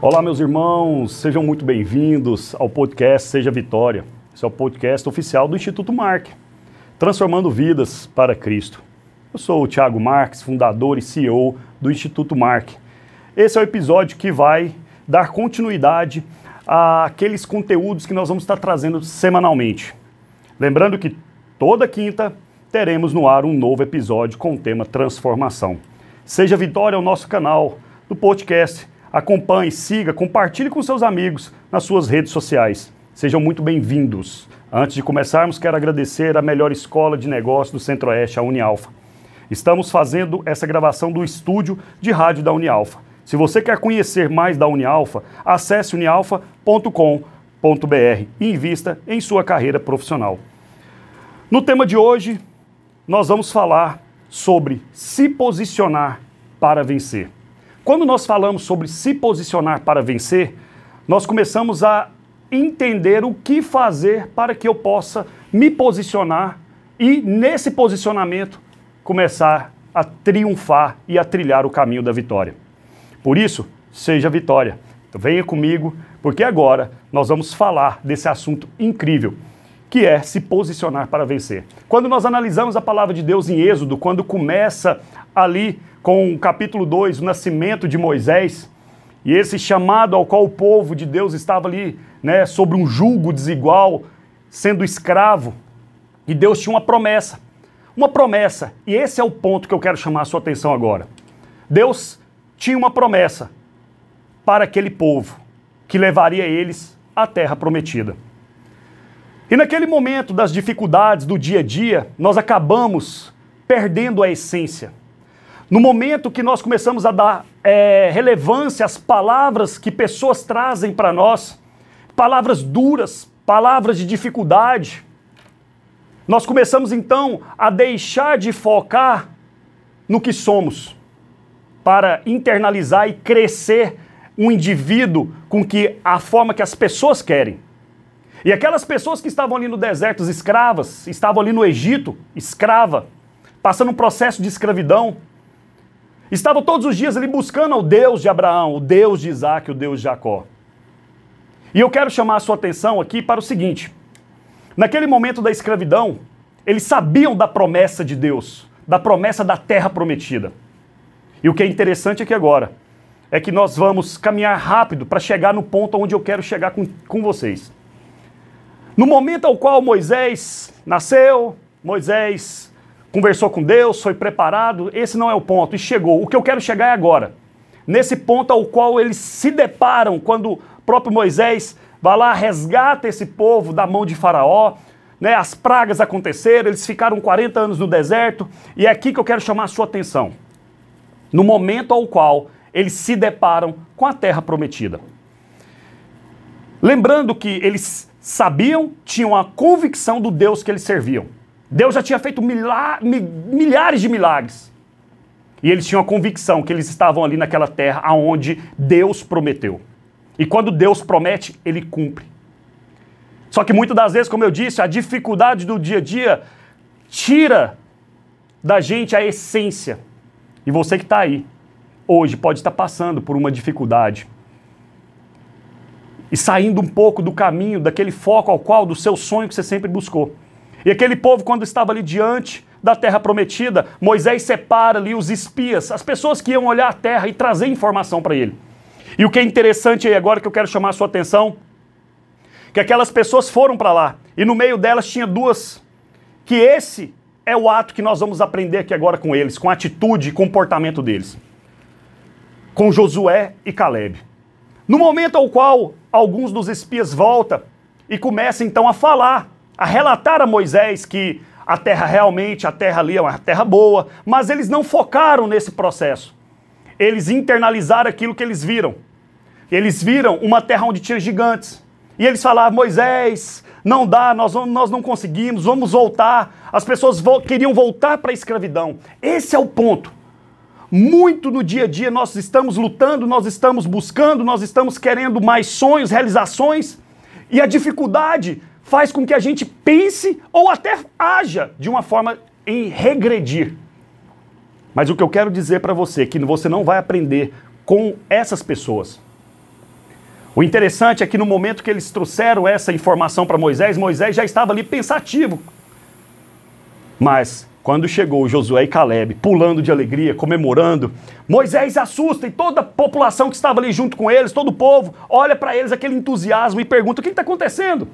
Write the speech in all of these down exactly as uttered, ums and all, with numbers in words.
Olá, meus irmãos, sejam muito bem-vindos ao podcast Seja Vitória. Esse é o podcast oficial do Instituto Mark, transformando vidas para Cristo. Eu sou o Thiago Marques, fundador e C E O do Instituto Mark. Esse é o episódio que vai dar continuidade àqueles conteúdos que nós vamos estar trazendo semanalmente. Lembrando que toda quinta teremos no ar um novo episódio com o tema transformação. Seja Vitória é o nosso canal do podcast. Acompanhe, siga, compartilhe com seus amigos nas suas redes sociais. Sejam muito bem-vindos. Antes de começarmos, quero agradecer a melhor escola de negócios do Centro-Oeste, a Unialfa. Estamos fazendo essa gravação do estúdio de rádio da Unialfa. Se você quer conhecer mais da Unialfa, acesse unialfa ponto com ponto br e invista em sua carreira profissional. No tema de hoje, nós vamos falar sobre se posicionar para vencer. Quando nós falamos sobre se posicionar para vencer, nós começamos a entender o que fazer para que eu possa me posicionar e, nesse posicionamento, começar a triunfar e a trilhar o caminho da vitória. Por isso, seja vitória. Então, venha comigo, porque agora nós vamos falar desse assunto incrível, que é se posicionar para vencer. Quando nós analisamos a palavra de Deus em Êxodo, quando começa ali com o capítulo dois, o nascimento de Moisés, e esse chamado ao qual o povo de Deus estava ali, né, sobre um jugo desigual, sendo escravo, e Deus tinha uma promessa, uma promessa, e esse é o ponto que eu quero chamar a sua atenção agora. Deus tinha uma promessa para aquele povo, que levaria eles à terra prometida. E naquele momento das dificuldades do dia a dia, nós acabamos perdendo a essência. No momento que nós começamos a dar é, relevância às palavras que pessoas trazem para nós, palavras duras, palavras de dificuldade, nós começamos então a deixar de focar no que somos, para internalizar e crescer um indivíduo com que a forma que as pessoas querem. E aquelas pessoas que estavam ali no deserto, escravas, estavam ali no Egito, escrava, passando um processo de escravidão, estavam todos os dias ali buscando o Deus de Abraão, o Deus de Isaac, o Deus de Jacó. E eu quero chamar a sua atenção aqui para o seguinte. Naquele momento da escravidão, eles sabiam da promessa de Deus, da promessa da terra prometida. E o que é interessante aqui agora é que nós vamos caminhar rápido para chegar no ponto onde eu quero chegar com, com vocês. No momento ao qual Moisés nasceu, Moisés conversou com Deus, foi preparado, esse não é o ponto, e chegou. O que eu quero chegar é agora. Nesse ponto ao qual eles se deparam, quando o próprio Moisés vai lá, resgata esse povo da mão de Faraó, né, as pragas aconteceram, eles ficaram quarenta anos no deserto, e é aqui que eu quero chamar a sua atenção. No momento ao qual eles se deparam com a terra prometida. Lembrando que eles sabiam, tinham a convicção do Deus que eles serviam. Deus já tinha feito milha- milhares de milagres. E eles tinham a convicção que eles estavam ali naquela terra aonde Deus prometeu. E quando Deus promete, Ele cumpre. Só que muitas das vezes, como eu disse, a dificuldade do dia a dia tira da gente a essência. E você que está aí, hoje, pode estar passando por uma dificuldade. E saindo um pouco do caminho, daquele foco ao qual, do seu sonho que você sempre buscou. E aquele povo, quando estava ali diante da terra prometida, Moisés separa ali os espias, as pessoas que iam olhar a terra e trazer informação para ele. E o que é interessante aí agora, que eu quero chamar a sua atenção, que aquelas pessoas foram para lá, e no meio delas tinha duas, que esse é o ato que nós vamos aprender aqui agora com eles, com a atitude e comportamento deles. Com Josué e Caleb. No momento ao qual alguns dos espias voltam e começam então a falar, a relatar a Moisés que a terra realmente, a terra ali é uma terra boa, mas eles não focaram nesse processo. Eles internalizaram aquilo que eles viram. Eles viram uma terra onde tinha gigantes. E eles falavam, Moisés, não dá, nós, vamos, nós não conseguimos, vamos voltar. As pessoas vo- queriam voltar para a escravidão. Esse é o ponto. Muito no dia a dia nós estamos lutando, nós estamos buscando, nós estamos querendo mais sonhos, realizações, e a dificuldade faz com que a gente pense ou até haja de uma forma em regredir. Mas o que eu quero dizer para você é que você não vai aprender com essas pessoas. O interessante é que no momento que eles trouxeram essa informação para Moisés, Moisés já estava ali pensativo. Mas quando chegou Josué e Caleb, pulando de alegria, comemorando, Moisés assusta e toda a população que estava ali junto com eles, todo o povo, olha para eles aquele entusiasmo e pergunta: o que está acontecendo?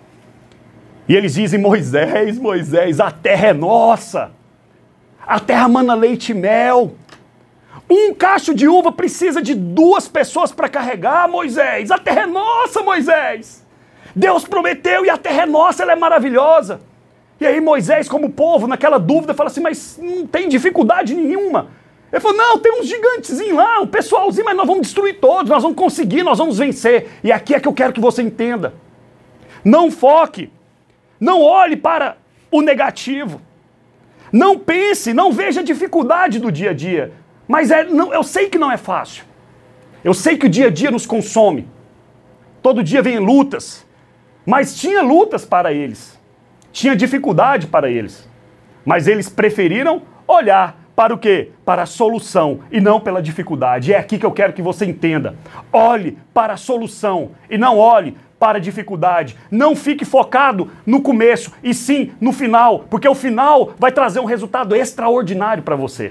E eles dizem: Moisés, Moisés, a terra é nossa, a terra mana leite e mel. Um cacho de uva precisa de duas pessoas para carregar, Moisés. A terra é nossa, Moisés. Deus prometeu e a terra é nossa, ela é maravilhosa. E aí Moisés, como povo, naquela dúvida, fala assim: mas não tem dificuldade nenhuma. Ele falou: não, tem uns gigantezinhos lá, um pessoalzinho, mas nós vamos destruir todos, nós vamos conseguir, nós vamos vencer. E aqui é que eu quero que você entenda. Não foque, não olhe para o negativo. Não pense, não veja a dificuldade do dia a dia. Mas é, não, eu sei que não é fácil. Eu sei que o dia a dia nos consome. Todo dia vem lutas. Mas tinha lutas para eles. Tinha dificuldade para eles. Mas eles preferiram olhar para o quê? Para a solução e não pela dificuldade. É aqui que eu quero que você entenda. Olhe para a solução e não olhe para a dificuldade. Não fique focado no começo e sim no final. Porque o final vai trazer um resultado extraordinário para você.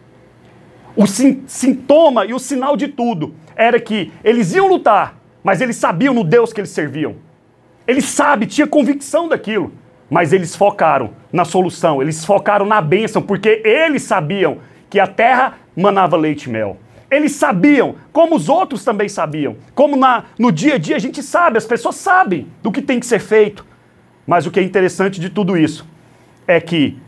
O sim, sintoma e o sinal de tudo era que eles iam lutar, mas eles sabiam no Deus que eles serviam. Eles sabem, tinha convicção daquilo, mas eles focaram na solução, eles focaram na bênção, porque eles sabiam que a terra manava leite e mel. Eles sabiam, como os outros também sabiam, como na, no dia a dia a gente sabe, as pessoas sabem do que tem que ser feito. Mas o que é interessante de tudo isso é que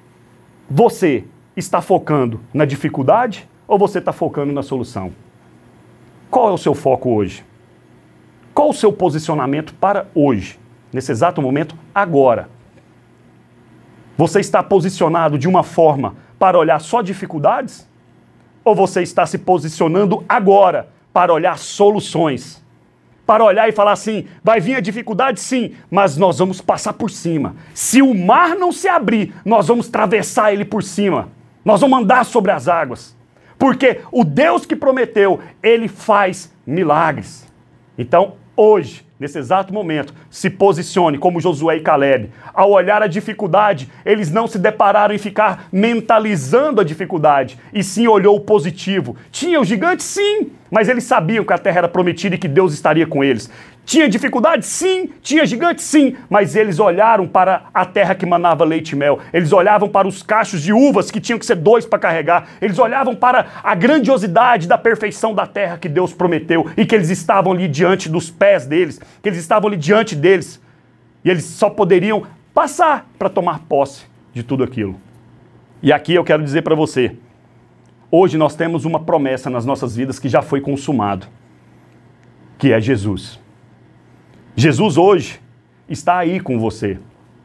você está focando na dificuldade ou você está focando na solução? Qual é o seu foco hoje? Qual o seu posicionamento para hoje, nesse exato momento, agora? Você está posicionado de uma forma para olhar só dificuldades? Ou você está se posicionando agora para olhar soluções? Para olhar e falar assim: vai vir a dificuldade sim, mas nós vamos passar por cima. Se o mar não se abrir, nós vamos atravessar ele por cima. Nós vamos andar sobre as águas. Porque o Deus que prometeu, ele faz milagres. Então, hoje, nesse exato momento, se posicione como Josué e Caleb. Ao olhar a dificuldade, eles não se depararam em ficar mentalizando a dificuldade, e sim olhou o positivo. Tinha o gigante? Sim, mas eles sabiam que a terra era prometida e que Deus estaria com eles. Tinha dificuldade? Sim. Tinha gigante? Sim. Mas eles olharam para a terra que manava leite e mel. Eles olhavam para os cachos de uvas que tinham que ser dois para carregar. Eles olhavam para a grandiosidade da perfeição da terra que Deus prometeu e que eles estavam ali diante dos pés deles, que eles estavam ali diante deles. E eles só poderiam passar para tomar posse de tudo aquilo. E aqui eu quero dizer para você, hoje nós temos uma promessa nas nossas vidas que já foi consumado, que é Jesus. Jesus hoje está aí com você.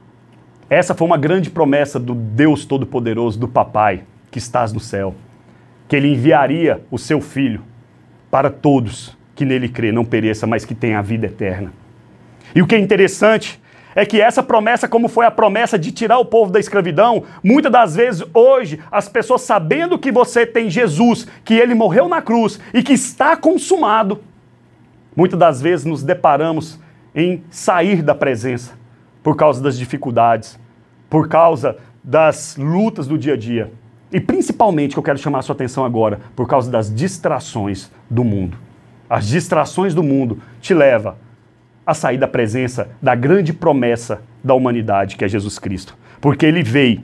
Essa foi uma grande promessa do Deus Todo-Poderoso, do Papai, que estás no céu. Que Ele enviaria o seu Filho para todos que nele crê, não pereça, mas que tenha a vida eterna. E o que é interessante é que essa promessa, como foi a promessa de tirar o povo da escravidão, muitas das vezes hoje, as pessoas sabendo que você tem Jesus, que Ele morreu na cruz e que está consumado, muitas das vezes nos deparamos em sair da presença por causa das dificuldades, por causa das lutas do dia a dia. E principalmente, que eu quero chamar a sua atenção agora, por causa das distrações do mundo. As distrações do mundo te levam a sair da presença da grande promessa da humanidade, que é Jesus Cristo. Porque Ele veio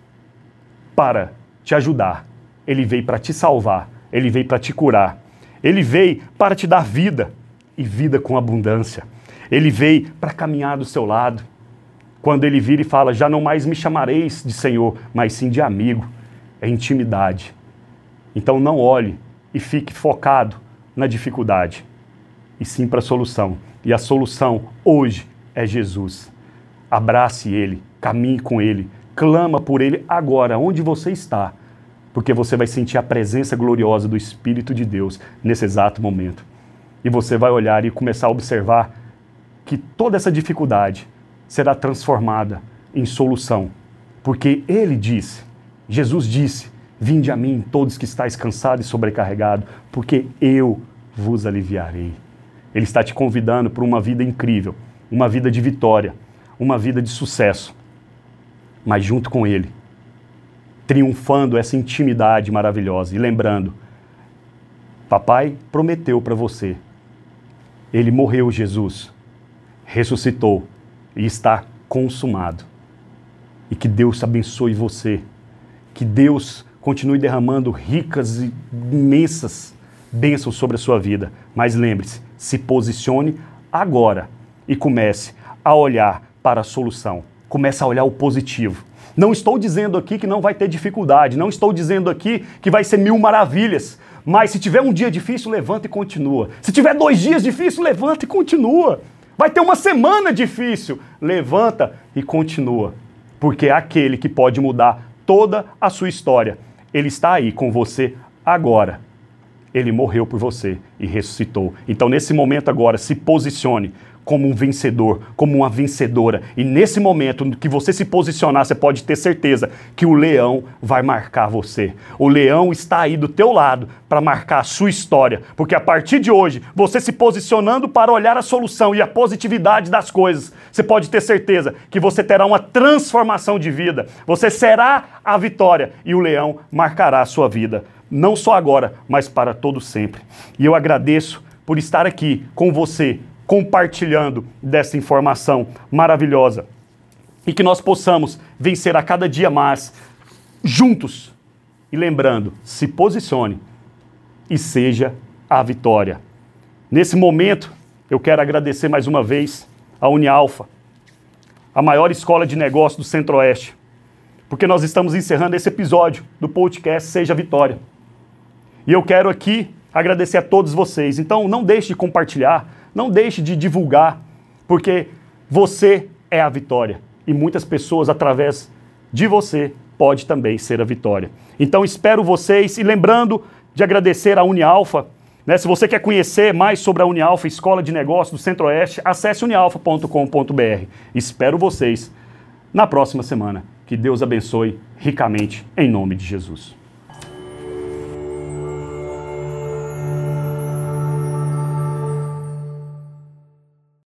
para te ajudar, Ele veio para te salvar, Ele veio para te curar, Ele veio para te dar vida, e vida com abundância. Ele veio para caminhar do seu lado. Quando Ele vira e fala: já não mais me chamareis de Senhor, mas sim de amigo. É intimidade. Então não olhe e fique focado na dificuldade, e sim para a solução. E a solução hoje é Jesus. Abrace Ele, caminhe com Ele, clama por Ele agora, onde você está, porque você vai sentir a presença gloriosa do Espírito de Deus nesse exato momento. E você vai olhar e começar a observar que toda essa dificuldade será transformada em solução. Porque Ele disse, Jesus disse: vinde a mim todos que estáis cansados e sobrecarregados, porque eu vos aliviarei. Ele está te convidando para uma vida incrível, uma vida de vitória, uma vida de sucesso. Mas junto com Ele, triunfando essa intimidade maravilhosa. E lembrando, papai prometeu para você. Ele morreu, Jesus, ressuscitou e está consumado. E que Deus abençoe você. Que Deus continue derramando ricas e imensas bênçãos sobre a sua vida. Mas lembre-se, se posicione agora e comece a olhar para a solução. Comece a olhar o positivo. Não estou dizendo aqui que não vai ter dificuldade, não estou dizendo aqui que vai ser mil maravilhas, mas se tiver um dia difícil, levanta e continua. Se tiver dois dias difíceis, levanta e continua. Vai ter uma semana difícil, levanta e continua. Porque é aquele que pode mudar toda a sua história. Ele está aí com você agora. Ele morreu por você e ressuscitou. Então, nesse momento agora, se posicione como um vencedor, como uma vencedora. E nesse momento que você se posicionar, você pode ter certeza que o leão vai marcar você. O leão está aí do teu lado para marcar a sua história. Porque a partir de hoje, você se posicionando para olhar a solução e a positividade das coisas, você pode ter certeza que você terá uma transformação de vida. Você será a vitória e o leão marcará a sua vida. Não só agora, mas para todo sempre. E eu agradeço por estar aqui com você, compartilhando dessa informação maravilhosa. E que nós possamos vencer a cada dia mais, juntos. E lembrando, se posicione e seja a vitória. Nesse momento, eu quero agradecer mais uma vez a Unialfa, a maior escola de negócios do Centro-Oeste, porque nós estamos encerrando esse episódio do podcast Seja Vitória. E eu quero aqui agradecer a todos vocês. Então, não deixe de compartilhar, não deixe de divulgar, porque você é a vitória. E muitas pessoas, através de você, pode também ser a vitória. Então, espero vocês. E lembrando de agradecer a Unialfa, né? Se você quer conhecer mais sobre a Unialfa, Escola de Negócios do Centro-Oeste, acesse unialfa ponto com ponto br. Espero vocês na próxima semana. Que Deus abençoe ricamente, em nome de Jesus.